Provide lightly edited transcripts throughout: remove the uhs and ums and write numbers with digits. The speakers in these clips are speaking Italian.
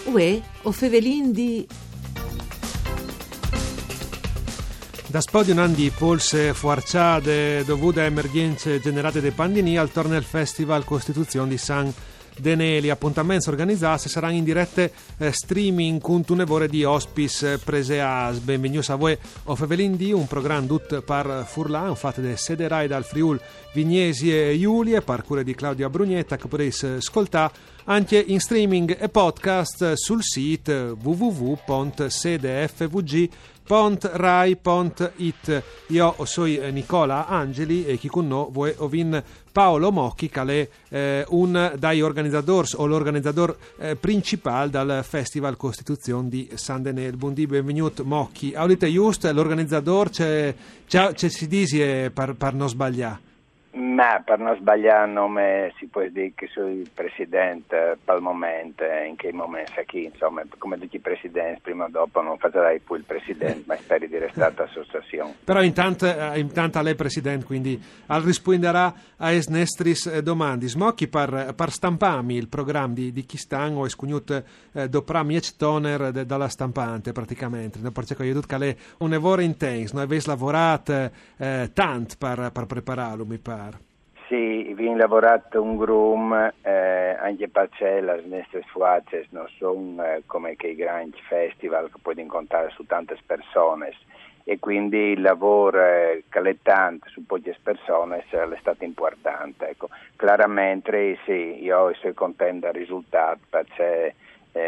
Uè, o fevelin di... Da spò di un anno di polse fuarciate dovute a emergenze generate dai pandemia, al torna il Festival Costituzione di San Deneli. Appuntamenti organizzati saranno in dirette streaming con un'evore di hospice preseas. Benvenuti a voi o Fevelin di un programma tutto per Furlan, fatto da Sederai dal Friul Vignesi e Giulie, per cura di Claudia Brugnetta, che potete ascoltare anche in streaming e podcast sul sito www.sedefvg.rai.it. Io sono Nicola Angeli e chi con noi vuoi ovin Paolo Mocchi, che è un dai organizzatori o l'organizzatore principale del Festival Costituzione di San Denel. Buondì, benvenuto Mocchi. Aulite just l'organizzatore c'è si dice per non sbagliare. Ma per non sbagliare nome si può dire che sono il presidente per il momento, in che momento qui, insomma, come dici presidente, prima o dopo non farai più il presidente, ma speri di restare associazione. Però intanto a lei presidente, quindi risponderà a esnestris domandi. Smocchi per stamparmi il programma di Chistan o escugnut dopo miec toner dalla stampante praticamente, perché io detto che lei un lavoro intenso, noi avete lavorato tanto per prepararlo, mi pare. Sì, abbiamo lavorato un groom, anche perché le nostre sfuaces non sono come che i grandi festival che puoi incontrare su tante persone e quindi il lavoro che è tanto su poche persone è stato importante. Ecco. Chiaramente sì, io sono contento del risultato perché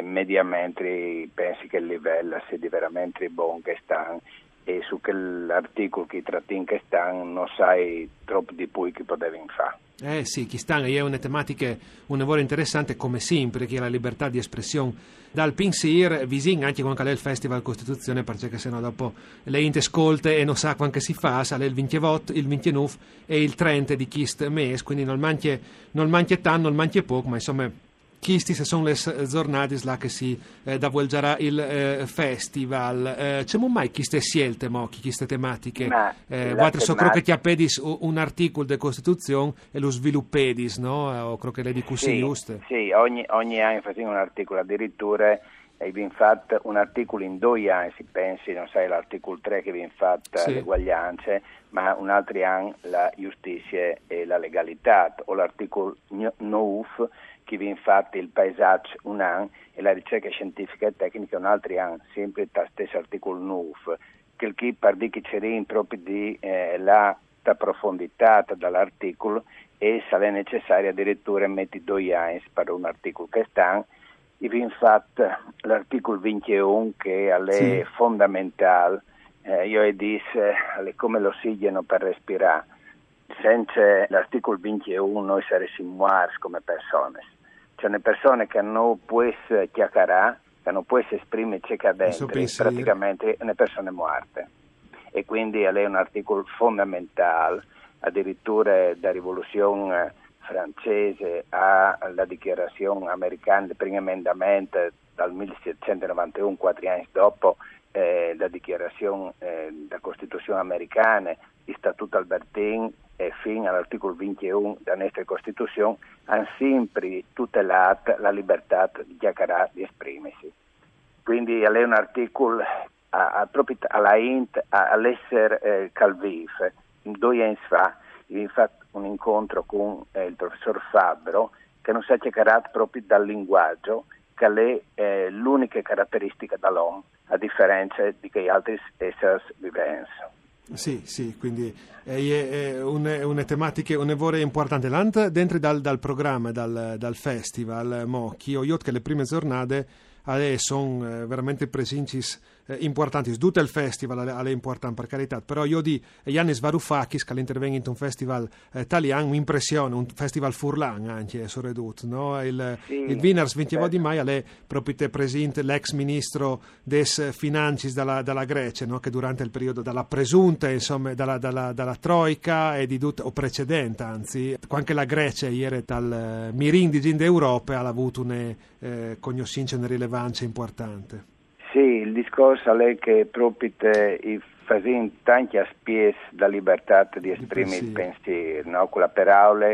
mediamente penso che il livello sia veramente buono che sta. E su quell'articolo che tratti che stanno non sai troppo di più che potevi fare. Sì, chi stanno è una tematica, un lavoro interessante come sempre, che è la libertà di espressione dal pensiero, vicino anche quando è il Festival Costituzione, perché sennò dopo le intescolte e non sa quando si fa, sale il 28, il 29 e il 30 di questo mese, quindi non manchi tanto, non manchi poco, ma insomma queste sono le giornate là che si davvolgerà il festival. C'è mai queste scelte, queste tematiche? Guarda, so credo che ti appedis un articolo di Costituzione e lo sviluppedis, no? O credo che le di così giuste. Sì, ogni anno facciamo un articolo, addirittura abbiamo fatto un articolo in 2 anni, si pensi, non sai, l'articolo 3 che abbiamo fatto le uguaglianze, ma un altro anno la giustizia e la legalità, o l'articolo 9 che viene fatto il paesaggio un anno e la ricerca scientifica e tecnica un altro anno, sempre lo stesso articolo 9, che per dire che c'è proprio di la profondità dall'articolo e se è necessario addirittura metti 2 anni per un articolo che sta. E viene fatto l'articolo 21 che è fondamentale, io dico come l'ossigeno per respirare. Senza l'articolo 21 noi saremmo morti come persone. C'è una persona che non può chiacchierare, che non può esprimere ciò che ha dentro, praticamente una persona morta. E quindi è un articolo fondamentale, addirittura da rivoluzione francese alla dichiarazione americana, il primo emendamento dal 1791, 4 anni dopo, la dichiarazione della Costituzione americana, il Statuto Albertin e fino all'articolo 21 della nostra Costituzione hanno sempre tutelato la libertà di chiacchierare, di esprimersi. Quindi è un articolo proprio all'essere calvif. 2 anni fa ho fatto un incontro con il professor Fabbro che non si è chiacchierato proprio dal linguaggio, che è l'unica caratteristica dell'uomo, a differenza di che altri esseri viventi. Sì, quindi è una tematica, un lavoro importante. Dentro dal programma, dal festival Mocchi, io che le prime giornate sono veramente presenci importanti. Tutto il festival è importante, per carità, però io di Giannis Varoufakis che all'intervento in un festival italiano mi impressiona, un festival Furlan anche soprattutto, no? Il Winners 20 di maio è proprio presente l'ex ministro des financis dalla Grecia, no? Che durante il periodo dalla presunta, insomma, dalla troica e di tutto, o precedente anzi, anche la Grecia ieri dal mirindigin d'Europa ha avuto una cognoscenza, una rilevanza importante. Sì, il discorso è che proprio facendo tanti aspetti della libertà di esprimere il pensiero, no? Con la parola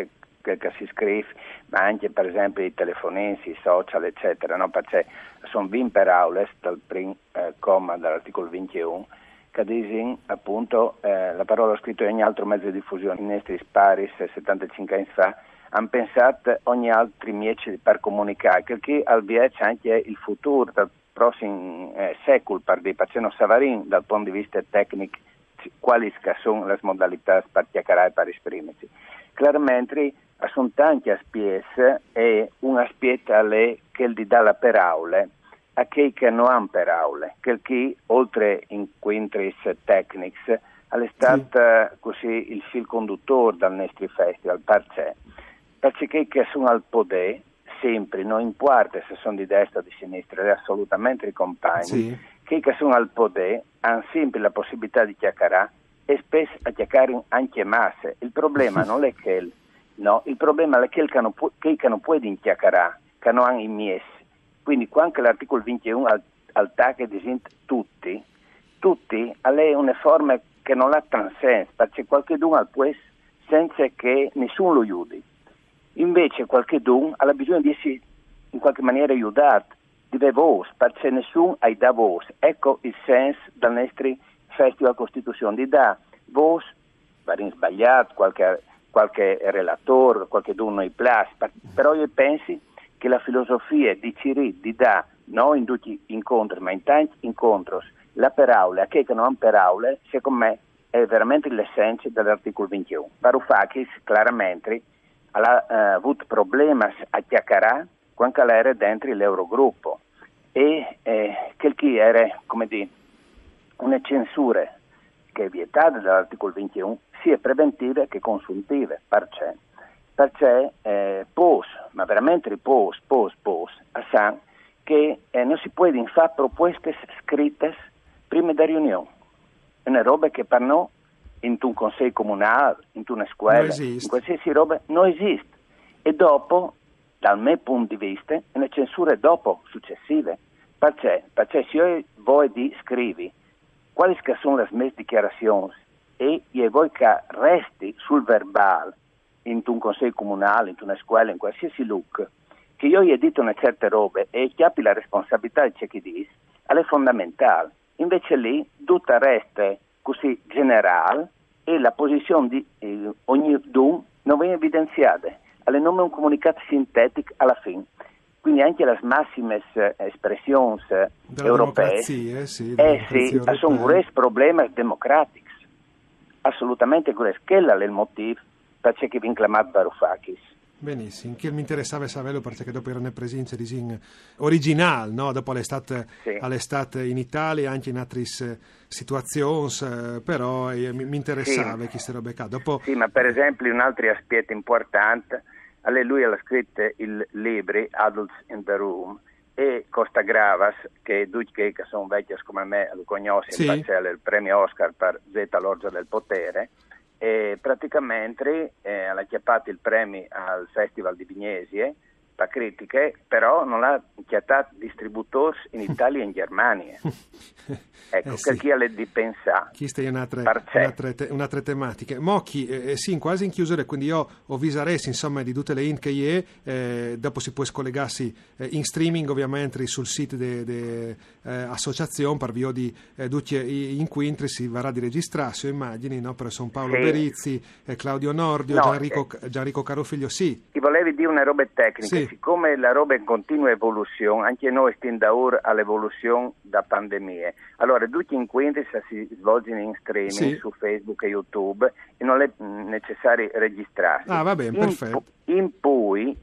che si scrive, ma anche per esempio i telefonini, i social, eccetera, no? Perché sono 20 parole dal primo comma dell'articolo 21 che dicono appunto la parola scritta in ogni altro mezzo di diffusione. I nostri sparis 75 anni fa hanno pensato ogni altro mezzo per comunicare, che al viece anche il futuro del prossimo secolo, perché non savarin dal punto di vista tecnico quali sono le modalità per chiacchierare e per esprimersi. Chiaramente sono tanti aspetti e un aspetto è che di dà la paraula a chi che non ha paraule, che oltre incontri tecnici è stato così il fil conduttore del nostro festival, perché chi che sono al potere sempre, non importa se sono di destra o di sinistra, è assolutamente i compagni, chi che sono al potere hanno sempre la possibilità di chiacchierare e spesso a chiacchierare anche masse. Il problema non è che il problema è che non può chiacchierare, che non hanno i miei. Quindi quando l'articolo 21 al tag dice tutti è una forma che non ha tanto senso, perché qualcuno può senza che nessuno lo aiuti. Invece qualcuno ha bisogno di essere in qualche maniera aiutato, di avere voce, perché nessuno ha da voce. Ecco il senso del nostro Festival Costituzione, di dare voce, magari sbagliato, qualche relatore, qualcuno non piace, però io penso che la filosofia di Ciri di dare, non in tutti gli incontri, ma in tanti incontri, la parola, che non ha parola, secondo me è veramente l'essenza dell'articolo 21. Varoufakis chiaramente ha avuto problemi a chiacchierare quando era dentro l'Eurogruppo e che era, come dire, una censura che è vietata dall'articolo 21 sia preventiva che consuntiva, perché ma veramente pos, a San che non si può fare proposte scritte prima della riunione. È una roba che per noi in un consiglio comunale, in una scuola, in qualsiasi roba non esiste. E dopo, dal mio punto di vista, è una censura dopo, successiva. Perché se io voi scrivi quali sono le mie dichiarazioni e voi che resti sul verbale in un consiglio comunale, in una scuola, in qualsiasi look, che io gli ho detto una certa roba e chiappi la responsabilità di chi dice, è fondamentale. Invece lì tutto resta così generale e la posizione di ognuno non viene evidenziata. Alle non è un comunicato sintetico alla fine. Quindi anche le massime espressioni europee sono grossi problemi democratici. Assolutamente grossi. Quello è il motivo per cui viene chiamato Varoufakis. Benissimo, che mi interessava sapere perché dopo era una presenza di originale, no? Dopo all'estate in Italia, anche in altre situazioni, però mi interessava queste robe qua. Dopo... Sì, ma per esempio un altro aspetto importante, lui ha scritto il libro Adults in the Room e Costa Gravas, che tutti che sono vecchi come me lo conoscono, perché il premio Oscar per Z l'orgia del potere, e praticamente ha chiappato il premio al Festival di Vignesie per critiche, però non ha chiamato distributori in Italia e in Germania. Ecco, che chi ha le di pensare. Questa è un'altra tematica. Mocchi, sì, quasi in chiusura, quindi io ho visaressi insomma di tutte le int che dopo si può scollegarsi in streaming ovviamente sul sito dell'associazione per via di tutti gli incontri si varrà di registrarsi, immagini, no? Per San Paolo Berizzi, Claudio Nordio, Gianrico Carofiglio, sì. Ti volevi dire una roba tecnica, siccome la roba è in continua evoluzione, anche noi stiamo da ora all'evoluzione da pandemie. Allora, tutti gli incontri si svolgono in streaming su Facebook e YouTube e non è necessario registrarsi. Ah, va bene, perfetto. In poi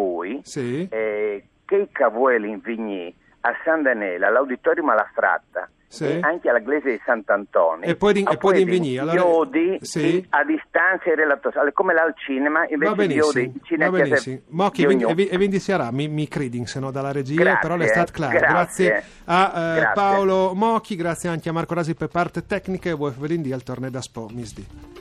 che cavoli in Vigny a San Daniele, all'Auditorium alla Fratta, e anche alla Chiesa di Sant'Antonio e poi in Vigny, allora, a distanza relative, come là al cinema, invece va benissimo. Mocchi e quindi sarà mi credi se no dalla regia, però è stato claro. Grazie a Paolo Mocchi, grazie anche a Marco Rasi per parte tecnica e voi venerdì al torneo da Spo Misdi.